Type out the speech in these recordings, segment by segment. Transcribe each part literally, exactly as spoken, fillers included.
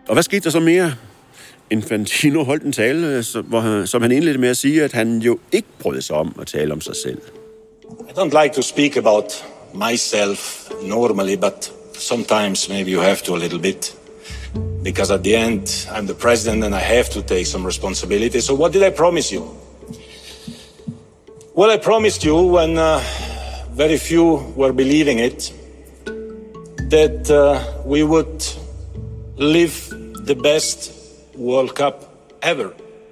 Og hvad skete der så mere? Infantino holdt en tale, hvor han, som han indledte med at sige, at han jo ikke brød sig om at tale om sig selv. I don't like to speak about myself normally, but sometimes maybe you have to a little bit. Because at the end, I'm the president and I have to take some responsibility. So what did I promise you? Well, I promised you when uh, very few were believing it, that uh, we would live the best World Cup ever.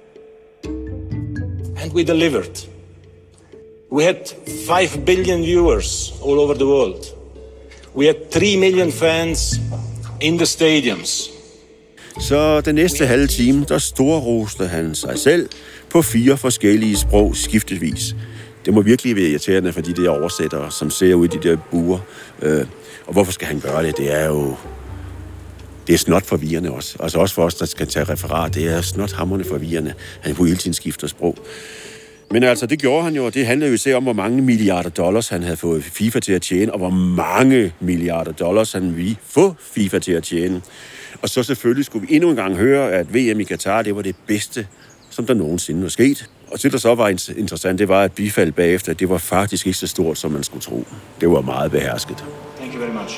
And we delivered. We had five billion viewers all over the world. We had three million fans in the stadiums. Så den næste halve time, der storroste han sig selv på fire forskellige sprog skiftevis. Det må virkelig være irriterende for de der oversættere, som ser ud i de der buer. Øh, og hvorfor skal han gøre det? Det er jo... Det er snot forvirrende også. Altså også for os, der skal tage referat. Det er snot hamrende forvirrende. Han kunne hele tiden skifte sprog. Men altså, det gjorde han jo, og det handlede jo især om, hvor mange milliarder dollars han havde fået FIFA til at tjene, og hvor mange milliarder dollars han ville få FIFA til at tjene. Og så selvfølgelig skulle vi endnu en gang høre, at V M i Katar, det var det bedste, som der nogensinde var sket. Og det, der så var interessant, det var, at bifald bagefter, det var faktisk ikke så stort, som man skulle tro. Det var meget behersket. Thank you very much.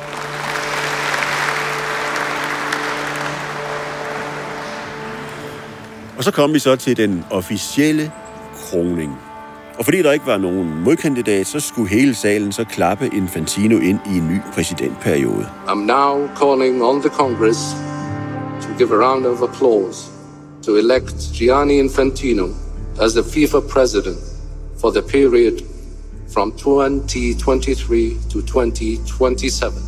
Og så kom vi så til den officielle kroning. Og fordi der ikke var nogen modkandidat, så skulle hele salen så klappe Infantino ind i en ny præsidentperiode. I'm now calling on the Congress to give a round of applause to elect Gianni Infantino as the FIFA president for the period from twenty twenty-three to twenty twenty-seven.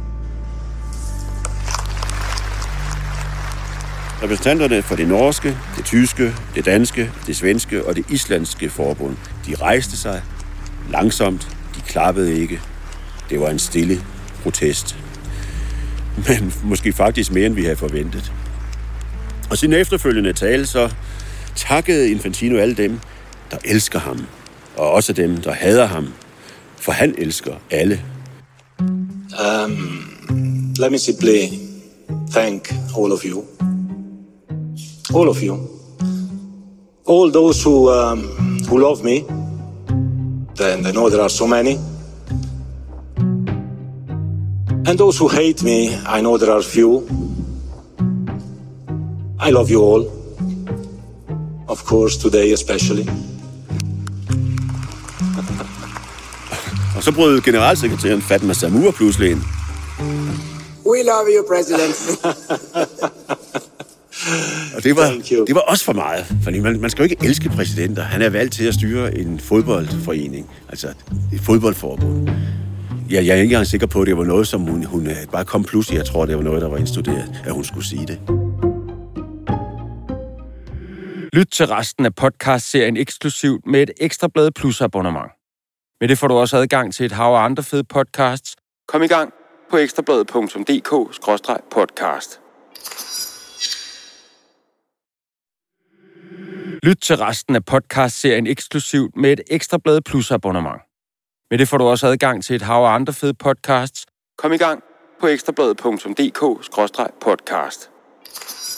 Repræsentanterne for det norske, det tyske, det danske, det svenske og det islandske forbund, de rejste sig langsomt, de klappede ikke. Det var en stille protest. Men måske faktisk mere, end vi havde forventet. Og sin efterfølgende tale så takkede Infantino alle dem, der elsker ham, og også dem, der hader ham, for han elsker alle. Um, let me simply thank all of you. All of you. All those who um, who love me. Then I know there are so many. And those who hate me, I know there are few. I love you all. Of course, today especially. Og så brød generalsekretæren Fatma Samour pludselig ind. We love you, president. Og det var, det var også for meget, fordi man, man skal jo ikke elske præsidenter. Han er valgt til at styre en fodboldforening, altså et fodboldforbund. Ja, jeg er ikke engang sikker på, at det var noget, som hun, hun bare kom pludselig. Jeg tror, det var noget, der var indstuderet, at hun skulle sige det. Lyt til resten af podcast-serien eksklusivt med et Ekstrabladet Plus abonnement. Med det får du også adgang til et hav af andre fede podcasts. Kom i gang på ekstrabladet punktum d k skråstreg podcast. Lyt til resten af podcast-serien eksklusivt med et Ekstrabladet Plus abonnement. Med det får du også adgang til et hav af andre fede podcasts. Kom i gang på ekstrabladet punktum d k skråstreg podcast.